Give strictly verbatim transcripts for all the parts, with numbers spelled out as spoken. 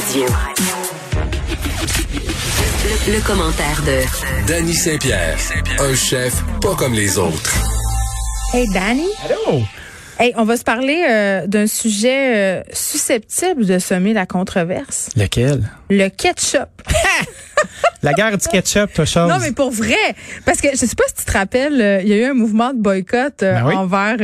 Radio. Le, le commentaire de Danny Saint-Pierre, un chef pas comme les autres. Hey Danny. Allô. Hey, on va se parler euh, d'un sujet euh, susceptible de semer la controverse. Lequel? Le ketchup. La guerre du ketchup, toi, chose. Non, mais pour vrai. Parce que je sais pas si tu te rappelles, euh, il y a eu un mouvement de boycott euh, Ben oui. envers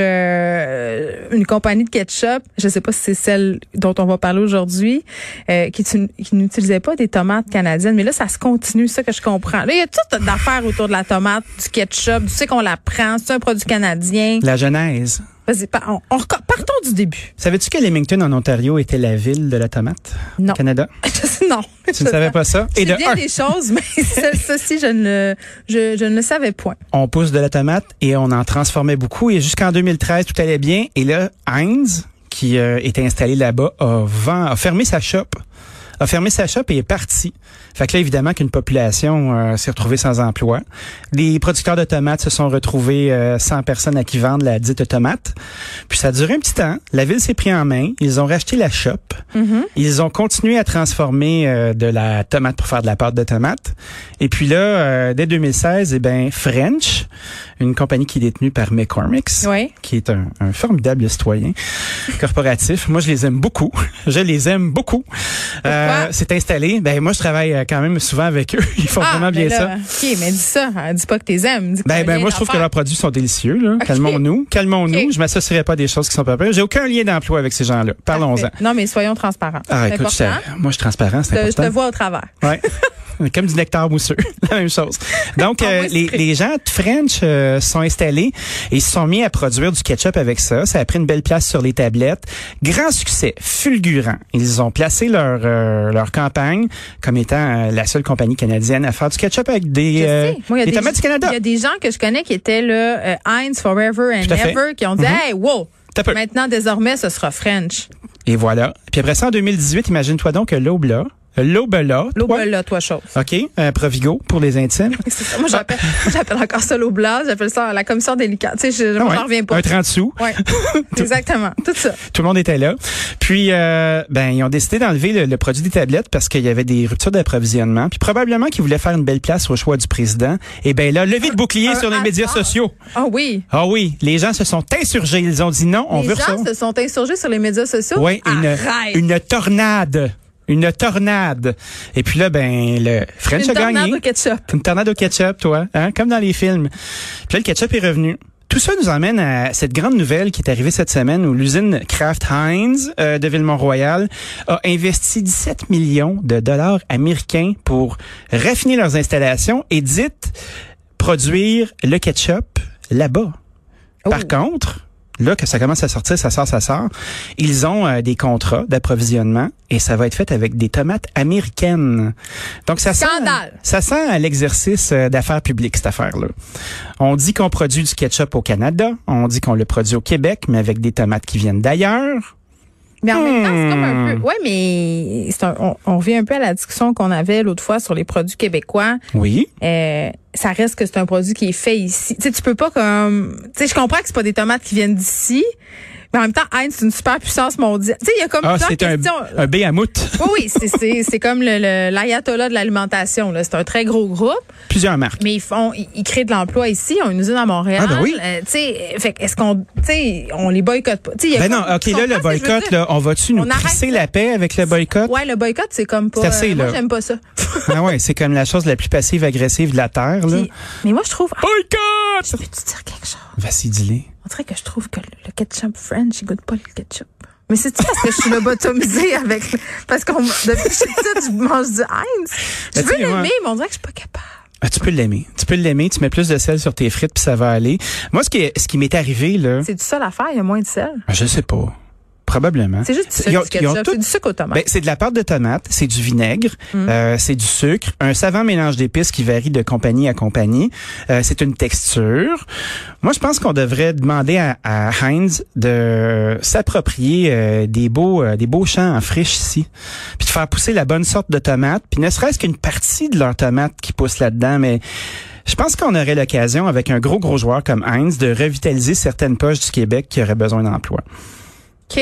euh, une compagnie de ketchup. Je sais pas si c'est celle dont on va parler aujourd'hui, euh, qui, qui n'utilisait pas des tomates canadiennes. Mais là, ça se continue, ça que je comprends. Là, il y a toutes d'affaires autour de la tomate, du ketchup. Tu sais qu'on la prend, c'est un produit canadien. La genèse. Vas-y, on, on, partons du début. Savais-tu que Leamington, en Ontario, était la ville de la tomate? Non. Au Canada? Non. Tu ne savais pas ça? Et de bien un, des choses, mais ça, ceci, je ne, je, je ne le savais point. on pousse de la tomate et on en transformait beaucoup. Et jusqu'en deux mille treize, tout allait bien. Et là, Heinz, qui euh, était installé là-bas, a, vend, a fermé sa shop. a fermé sa shop et est parti. Fait que là, évidemment, qu'une population euh, s'est retrouvée sans emploi. Les producteurs de tomates se sont retrouvés euh, sans personne à qui vendre la dite tomate. Puis ça a duré un petit temps. La ville s'est pris en main. Ils ont racheté la shop. Mm-hmm. Ils ont continué à transformer euh, de la tomate pour faire de la pâte de tomate. Et puis là, euh, dès deux mille seize, eh ben French, une compagnie qui est détenue par McCormick's, oui. qui est un, un formidable citoyen corporatif. Moi, je les aime beaucoup. Je les aime beaucoup. Euh, c'est installé. Ben moi, je travaille quand même souvent avec eux. Ils font ah, vraiment bien là, ça. OK, mais dis ça. Hein, dis pas que t'es aimes. Dis que ben, ben moi, je trouve que leurs produits sont délicieux. Là. Okay. Calmons-nous. Calmons-nous. Okay. Je m'associerai pas à des choses qui sont pas vraies. J'ai aucun lien d'emploi avec ces gens-là. Parlons-en. Parfait. Non, mais soyons transparents. Ah, écoute, je, moi, je suis transparent. C'est important. Je te vois au travers. Ouais. Comme du nectar mousseux, la même chose. Donc, euh, les, les gens de French euh, sont installés et ils se sont mis à produire du ketchup avec ça. Ça a pris une belle place sur les tablettes. Grand succès, fulgurant. Ils ont placé leur euh, leur campagne comme étant euh, la seule compagnie canadienne à faire du ketchup avec des, euh, Moi, des, des tomates du Canada. Il y a des gens que je connais qui étaient là, euh, Heinz Forever and Ever, qui ont dit mm-hmm. « Hey, wow! Maintenant, désormais, ce sera French. » Et voilà. Puis après ça, en deux mille dix-huit, imagine-toi donc que l'Aube-là, L'Aube-là. L'Aube-là, toi, chose. OK. Euh, Provigo pour les intimes. C'est ça. Moi, j'appelle, j'appelle encore ça l'Aube-là. J'appelle ça la commission délicate. Tu sais, je, ah moi, ouais. j'en reviens pas. Un trente sous. Oui. Exactement. Tout ça. Tout le monde était là. Puis, euh, ben, ils ont décidé d'enlever le, le produit des tablettes parce qu'il y avait des ruptures d'approvisionnement. Puis, probablement qu'ils voulaient faire une belle place au choix du président. Et ben là, levé de bouclier un, sur les médias sociaux. Ah oui. Ah oui. Les gens se sont insurgés. Ils ont dit non, on les veut ça. Les gens se sont insurgés sur les médias sociaux? Oui. Une, une tornade. Une tornade. Et puis là, ben, le French une a gagné. Une tornade au ketchup. Une tornade au ketchup, toi, hein, comme dans les films. Puis là, le ketchup est revenu. Tout ça nous emmène à cette grande nouvelle qui est arrivée cette semaine où l'usine Kraft Heinz euh, de Ville-Mont-Royal a investi dix-sept millions de dollars américains pour raffiner leurs installations et dites produire le ketchup là-bas. Oh. Par contre, là que ça commence à sortir, ça sort, ça sort, ils ont euh, des contrats d'approvisionnement et ça va être fait avec des tomates américaines. Donc ça Scandale. sent ça sent à l'exercice euh, d'affaires publiques cette affaire-là. On dit qu'on produit du ketchup au Canada, on dit qu'on le produit au Québec, mais avec des tomates qui viennent d'ailleurs. Mais en même temps, c'est comme un peu... Ouais, mais c'est un, on, on revient un peu à la discussion qu'on avait l'autre fois sur les produits québécois. Oui. Euh, ça reste que c'est un produit qui est fait ici. Tu sais, tu peux pas comme... Tu sais, je comprends que c'est pas des tomates qui viennent d'ici, mais en même temps, Heinz, c'est une super puissance mondiale. Tu sais, il y a comme ah, plusieurs c'est questions. Un, un béhamout. Oui, oui, c'est, c'est, c'est comme le, le, l'ayatollah de l'alimentation. Là. C'est un très gros groupe. Plusieurs marques. Mais ils font, ils, ils créent de l'emploi ici. Ils ont une usine à Montréal. Ah, ben oui. Euh, tu sais, fait est-ce qu'on, tu sais, on les boycotte pas? Ben non, OK, là, le boycott, là, on va-tu nous crisser la paix avec le boycott? Ouais, le boycott, c'est comme pas... C'est assez, euh, là. Moi, j'aime pas ça. Ah ouais, c'est comme la chose la plus passive-agressive de la Terre, là. Puis, mais moi, je trouve... Boycott! Je peux-tu dire quelque chose? Vas-y, dis-le. On dirait que je trouve que le, le ketchup French, il goûte pas le ketchup. Mais c'est-tu parce que je suis lobotomisée avec... Parce qu'on depuis que je suis petite, je mange du Heinz. Je veux l'aimer, mais on dirait que je suis pas capable. Ah, tu peux l'aimer. Tu peux l'aimer. Tu mets plus de sel sur tes frites puis ça va aller. Moi, ce qui, ce qui m'est arrivé, là... C'est du ça l'affaire? Il y a moins de sel? Je sais pas. Probablement. C'est juste du sucre, du ketchup. C'est du sucre aux tomates. Ben, c'est de la pâte de tomate, c'est du vinaigre, mm. euh, c'est du sucre, un savant mélange d'épices qui varie de compagnie à compagnie. Euh, c'est une texture. Moi, je pense qu'on devrait demander à, à Heinz de s'approprier euh, des beaux euh, des beaux champs en friche ici, puis de faire pousser la bonne sorte de tomates, puis ne serait-ce qu'une partie de leurs tomates qui pousse là-dedans, mais je pense qu'on aurait l'occasion, avec un gros, gros joueur comme Heinz, de revitaliser certaines poches du Québec qui auraient besoin d'emploi. OK.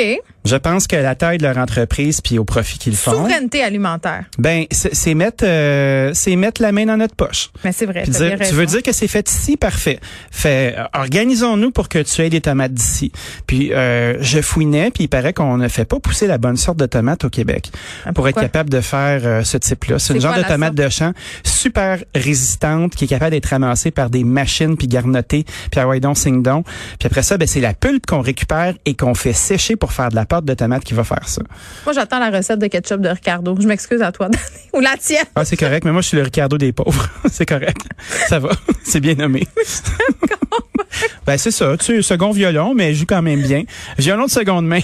Je pense que la taille de leur entreprise puis au profit qu'ils font. Souveraineté alimentaire. Ben, c'est, c'est mettre, euh, c'est mettre la main dans notre poche. Mais c'est vrai. Puis dire, tu veux dire que c'est fait ici, parfait. Fait, euh, organisons-nous pour que tu aies des tomates d'ici. Puis euh, je fouinais, puis il paraît qu'on ne fait pas pousser la bonne sorte de tomate au Québec ah, pour être capable de faire euh, ce type-là. C'est, c'est une genre de tomate sorte? de champ super résistante qui est capable d'être ramassée par des machines puis garnottée, puis ah ouais donc signe donc. Puis après ça, ben c'est la pulpe qu'on récupère et qu'on fait sécher pour faire de la pâte de tomate qui va faire ça. Moi, j'attends la recette de ketchup de Ricardo. Je m'excuse à toi, Danny. Ou la tienne. Ah, c'est correct, mais moi, je suis le Ricardo des pauvres. C'est correct. Ça va. C'est bien nommé. Ben, c'est ça. Tu sais, second violon, mais je joue quand même bien. Violon de seconde main.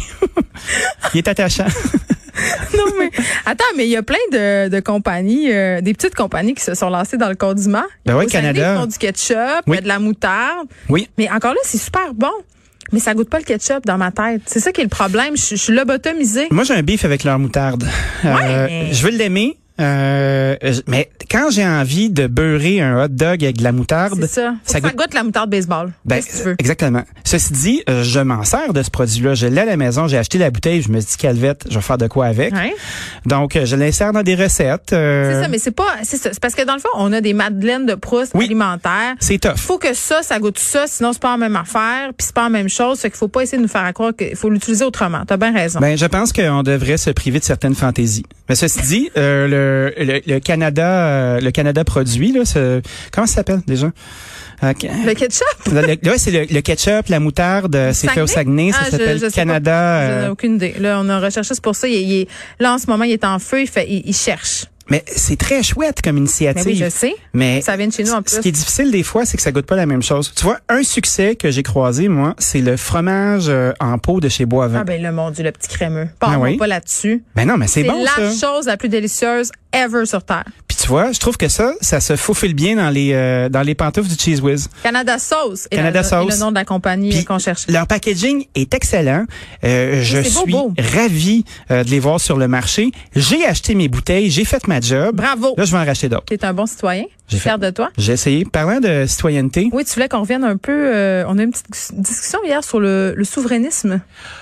Il est attachant. Non, mais attends, mais il y a plein de, de compagnies, euh, des petites compagnies qui se sont lancées dans le condiment. Ben oui, Au Canada. Ils font du ketchup, oui. de la moutarde. Oui. Mais encore là, c'est super bon. Mais ça goûte pas le ketchup dans ma tête. C'est ça qui est le problème. Je, je suis lobotomisée. Moi, j'ai un beef avec leur moutarde. Ouais. Euh, je veux l'aimer. Euh, mais quand j'ai envie de beurrer un hot dog avec de la moutarde, c'est ça. Faut ça, que ça goûte... goûte la moutarde baseball. Ben, Qu'est-ce que tu veux? Exactement. Ceci dit, euh, je m'en sers de ce produit-là. Je l'ai à la maison, j'ai acheté la bouteille, je me suis dit calvette, je vais faire de quoi avec. Ouais. Donc, euh, je l'insère dans des recettes. Euh... C'est ça, mais c'est pas, c'est ça. C'est parce que dans le fond, on a des madeleines de Proust oui. alimentaires. C'est tough. Faut que ça, ça goûte ça, sinon c'est pas la même affaire, puis c'est pas la même chose. Fait qu'il faut pas essayer de nous faire croire qu'il faut l'utiliser autrement. T'as bien raison. Ben, je pense qu'on devrait se priver de certaines fantaisies. Mais ceci dit, euh, le, le, le Canada, euh, le Canada produit là, ce, comment ça s'appelle déjà? Okay. Le ketchup? Le, le, ouais, c'est le, le ketchup, la moutarde, le c'est Saguenay? Fait au Saguenay, ça ah, s'appelle je, je Canada. Je n'ai aucune idée. Là, on a recherché, c'est pour ça. Il, il est, là, en ce moment, il est en feu, il fait, il, il cherche. Mais c'est très chouette comme initiative. Mais oui, je sais. Mais ça vient de chez nous en plus. Ce qui est difficile des fois, c'est que ça goûte pas la même chose. Tu vois, un succès que j'ai croisé, moi, c'est le fromage euh, en pot de chez Boivin. Ah ben là, mon Dieu, le petit crémeux. Parle-moi ah oui. pas là-dessus. Ben non, mais c'est, c'est bon ça. C'est la chose la plus délicieuse ever sur Terre. Puis tu vois, je trouve que ça, ça se faufile bien dans les euh, dans les pantoufles du Cheese Whiz. Canada Sauce. Canada et Sauce. Et le nom de la compagnie Puis qu'on cherche. Leur packaging est excellent. Euh, je beau, suis beau. ravi euh, de les voir sur le marché. J'ai acheté mes bouteilles, j'ai fait ma job. Bravo. Là, je vais en racheter d'autres. Tu es un bon citoyen. Je suis fière de toi. J'ai essayé. Parlant de citoyenneté. Oui, tu voulais qu'on revienne un peu. Euh, on a eu une petite discussion hier sur le, le souverainisme.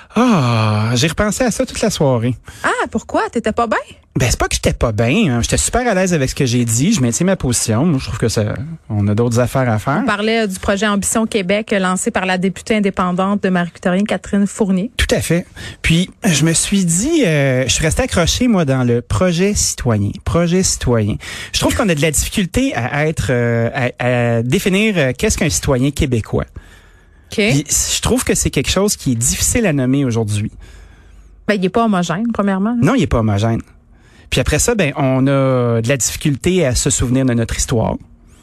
Ah, j'ai repensé à ça toute la soirée. Ah, pourquoi? T'étais pas bien? Ben, c'est pas que j'étais pas bien. Hein. J'étais super à l'aise avec ce que j'ai dit. Je maintiens ma position. Moi, je trouve que ça, on a d'autres affaires à faire. On parlait du projet Ambition Québec lancé par la députée indépendante de Marie-Victorine Catherine Fournier. Tout à fait. Puis, je me suis dit, euh, je suis resté accroché, moi, dans le projet citoyen. Projet citoyen. Je trouve qu'on a de la difficulté à être, euh, à, à définir euh, qu'est-ce qu'un citoyen québécois. Okay. Je trouve que c'est quelque chose qui est difficile à nommer aujourd'hui. Ben, il est pas homogène, premièrement. Non, il est pas homogène. Puis après ça, ben, on a de la difficulté à se souvenir de notre histoire.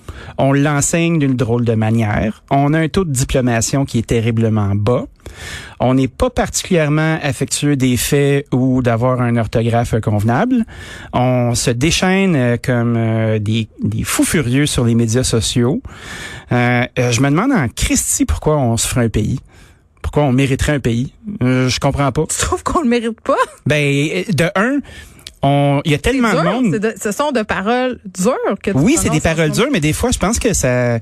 On l'enseigne d'une drôle de manière. On a un taux de diplomation qui est terriblement bas. On n'est pas particulièrement affectueux des faits ou d'avoir un orthographe convenable. On se déchaîne euh, comme euh, des, des fous furieux sur les médias sociaux. Euh, euh, je me demande en Christie pourquoi on se ferait un pays. Pourquoi on mériterait un pays. Euh, je comprends pas. Tu trouves qu'on le mérite pas? Ben, de un... On, il y a tellement dur, de monde. De, ce sont de paroles dures que tu Oui, c'est des paroles dures, mais des fois, je pense que ça,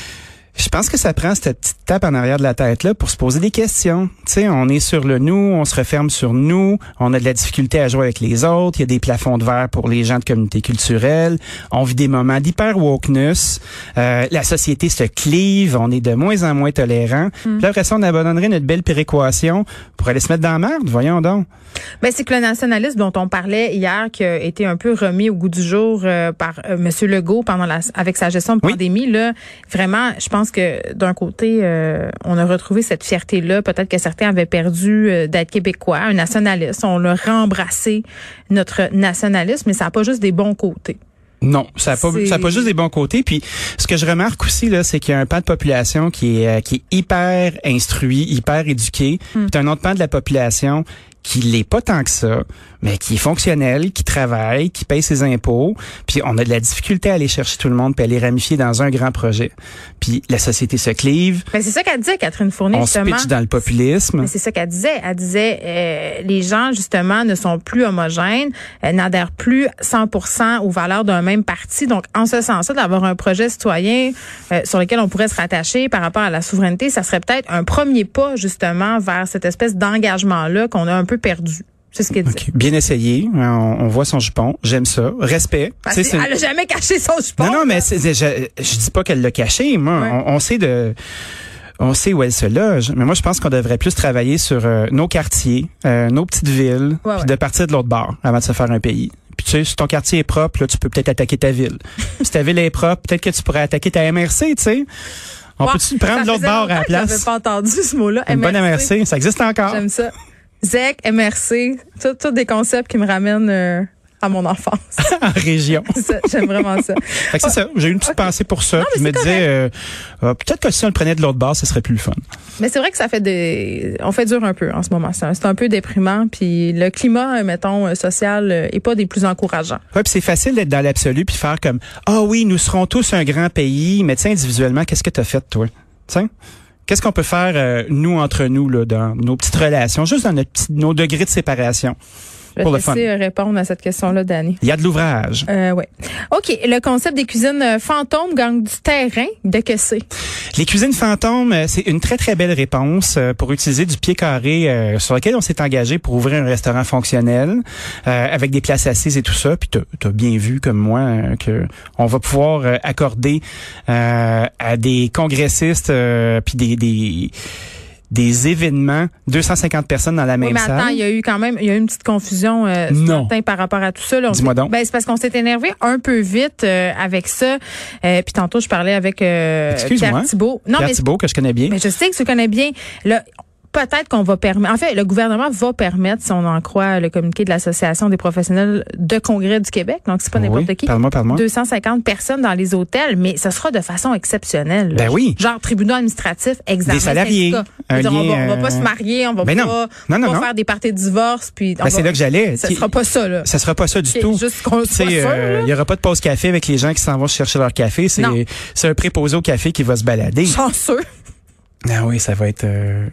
je pense que ça prend cette petite tape en arrière de la tête là pour se poser des questions. Tu sais, on est sur le nous, on se referme sur nous, on a de la difficulté à jouer avec les autres. Il y a des plafonds de verre pour les gens de communautés culturelles. On vit des moments d'hyper wokeness. Euh, la société se clive, on est de moins en moins tolérant. Mm. Puis après ça, on abandonnerait notre belle péréquation pour aller se mettre dans la merde. Voyons donc. Ben c'est que le nationalisme dont on parlait hier, qui a été un peu remis au goût du jour euh, par euh, M. Legault pendant la, avec sa gestion de oui. pandémie, là, vraiment, je pense que d'un côté, euh, on a retrouvé cette fierté-là. Peut-être que certains avaient perdu euh, d'être québécois, un nationaliste. On a rembrassé notre nationalisme, mais ça n'a pas juste des bons côtés. Non, ça n'a pas, ça a pas juste des bons côtés. Puis, ce que je remarque aussi là, c'est qu'il y a un pan de population qui est, euh, qui est hyper instruit, hyper éduqué. Mm. Puis un autre pan de la population qui l'est pas tant que ça, mais qui est fonctionnel, qui travaille, qui paye ses impôts, puis on a de la difficulté à aller chercher tout le monde puis à les ramifier dans un grand projet. Puis la société se clive. Mais c'est ça qu'elle disait, Catherine Fournier, on justement. On se pitche dans le populisme. Mais c'est ça qu'elle disait. Elle disait, euh, les gens, justement, ne sont plus homogènes, euh, n'adhèrent plus cent pour cent aux valeurs d'un même parti. Donc, en ce sens-là, d'avoir un projet citoyen euh, sur lequel on pourrait se rattacher par rapport à la souveraineté, ça serait peut-être un premier pas, justement, vers cette espèce d'engagement-là qu'on a un peu peu perdu. C'est ce qu'elle dit. Okay. Bien essayé. On, on voit son jupon. J'aime ça. Respect. Parce c'est, elle a jamais caché son jupon. Non, non, mais c'est, c'est, je, je dis pas qu'elle l'a caché. Moi, ouais. on, on sait de... On sait où elle se loge, mais moi je pense qu'on devrait plus travailler sur euh, nos quartiers, euh, nos petites villes, ouais, puis ouais. de partir de l'autre bord avant de se faire un pays. Puis tu sais, si ton quartier est propre, là, tu peux peut-être attaquer ta ville. Si ta ville est propre, peut-être que tu pourrais attaquer ta M R C, tu sais. On ouais, peut-tu prendre de l'autre bord à la place? J'avais pas entendu ce mot-là. Une bonne M R C, ça existe encore. J'aime ça. Z E C, M R C, tous des concepts qui me ramènent euh, à mon enfance. En région. Ça, j'aime vraiment ça. Fait que c'est ça. J'ai eu une petite okay. pensée pour ça. Non, je me disais, euh, euh, peut-être que si on le prenait de l'autre bord, ce serait plus le fun. Mais c'est vrai que ça fait des, on fait dur un peu en ce moment. C'est un, c'est un peu déprimant. Puis le climat, mettons, social, est pas des plus encourageants. Ouais, puis c'est facile d'être dans l'absolu puis faire comme, ah oh oui, nous serons tous un grand pays. Mais tiens, individuellement, qu'est-ce que t'as fait, toi? Tiens. Qu'est-ce qu'on peut faire, euh, nous, entre nous, là, dans nos petites relations, juste dans notre petit, nos degrés de séparation? Je vais te laisser répondre à cette question-là, Dani. Il y a de l'ouvrage. Euh, oui. OK. Le concept des cuisines fantômes gagne du terrain. De que c'est? Les cuisines fantômes, c'est une très, très belle réponse pour utiliser du pied carré euh, sur lequel on s'est engagé pour ouvrir un restaurant fonctionnel euh, avec des places assises et tout ça. Puis tu as bien vu, comme moi, euh, que on va pouvoir euh, accorder euh, à des congressistes euh, puis des... des des événements, deux cent cinquante personnes dans la même oui, mais salle. Attends, il y a eu quand même, il y a eu une petite confusion euh, ce matin par rapport à tout ça. Là, Dis-moi donc. Ben, c'est parce qu'on s'est énervé un peu vite euh, avec ça. Euh, puis tantôt, je parlais avec euh, Pierre Thibault. Non, Pierre mais, Thibault, que je connais bien. Mais je sais que tu connais bien. Là, peut-être qu'on va permettre, en fait, le gouvernement va permettre, si on en croit le communiqué de l'Association des professionnels de congrès du Québec, donc c'est pas n'importe oui, qui, parle-moi, parle-moi. deux cent cinquante personnes dans les hôtels, mais ce sera de façon exceptionnelle. Ben oui. Genre tribunal administratif, examen. Des salariés. Un lien, on, va, on va pas se marier, on va ben pas, non. Non, non, pas non. faire des parties de divorce. Puis ben c'est va, là que j'allais. Ça sera pas ça, là. Ça sera pas ça du okay, tout. Juste qu'on soit sûr. Il euh, y aura pas de pause café avec les gens qui s'en vont chercher leur café. C'est, c'est un préposé au café qui va se balader. Chanceux. Ah oui, ça va être... Euh...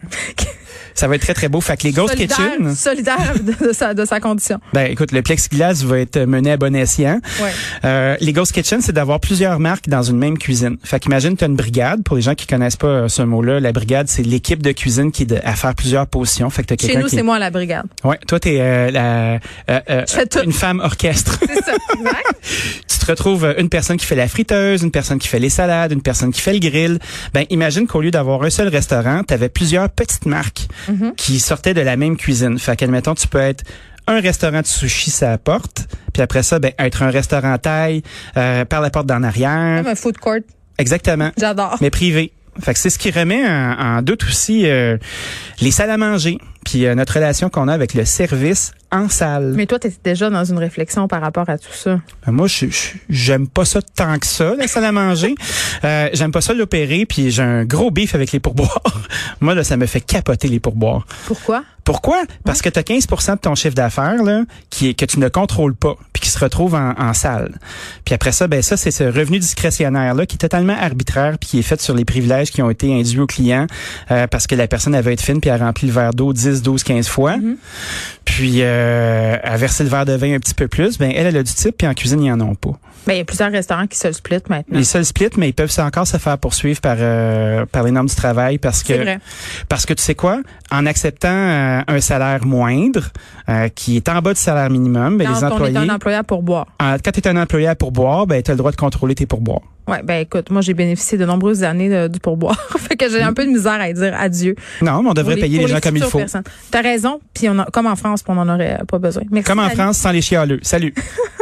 Ça va être très, très beau. Fait que les Ghost solidaire, Kitchen... Solidaire de, de, sa, de sa condition. Ben, écoute, le plexiglas va être mené à bon escient. Ouais. Euh, les Ghost Kitchen, c'est d'avoir plusieurs marques dans une même cuisine. Fait qu'imagine, tu as une brigade. Pour les gens qui connaissent pas ce mot-là, la brigade, c'est l'équipe de cuisine qui est de, à faire plusieurs positions. Fait que t'as quelqu'un Chez nous, qui... c'est moi la brigade. Ouais, toi, t'es euh, la, euh, euh, une femme orchestre. C'est ça, exact. Tu te retrouves une personne qui fait la friteuse, une personne qui fait les salades, une personne qui fait le grill. Ben, imagine qu'au lieu d'avoir un seul restaurant, t'avais plusieurs petites marques mm-hmm. qui sortent de la même cuisine. Fait qu'admettons, tu peux être un restaurant de sushi, ça porte, puis après ça, ben être un restaurant thaï euh, par la porte d'en arrière. Comme un food court. Exactement. J'adore. Mais privé. Fait que c'est ce qui remet en, en doute aussi euh, les salles à manger, puis euh, notre relation qu'on a avec le service en salle. Mais toi, tu étais déjà dans une réflexion par rapport à tout ça. Ben moi, je, je j'aime pas ça tant que ça, la salle à manger. euh, j'aime pas ça l'opérer, puis j'ai un gros beef avec les pourboires. Moi, là, ça me fait capoter les pourboires. Pourquoi? Pourquoi? Parce ouais. que tu as quinze pour cent de ton chiffre d'affaires là qui est que tu ne contrôles pas, puis qui se retrouve en, en salle. Puis après ça, ben ça, c'est ce revenu discrétionnaire là qui est totalement arbitraire, puis qui est fait sur les privilèges qui ont été induits aux clients euh, parce que la personne elle veut être fine, puis elle remplit le verre d'eau dix, douze, quinze fois. Mm-hmm. Puis euh, à verser le verre de vin un petit peu plus, ben elle, elle a du type, puis en cuisine, ils en ont pas. Ben il y a plusieurs restaurants qui se le splitent maintenant. Ils se le splitent, mais ils peuvent encore se faire poursuivre par euh, par les normes du travail parce que C'est vrai. parce que tu sais quoi, en acceptant euh, un salaire moindre euh, qui est en bas du salaire minimum, ben non, les employés. Quand tu es un employé à pourboire. Euh, quand tu es un employé à pourboire, ben tu as le droit de contrôler tes pourboires. Ouais, ben écoute, moi j'ai bénéficié de nombreuses années de, du pourboire, fait que j'ai un peu de misère à dire adieu. Non, mais on devrait les, payer les gens les comme il faut. T'as raison, puis on a, comme en France, puis on en aurait pas besoin. Merci. Comme en Annie. France, sans les chialeux. Salut.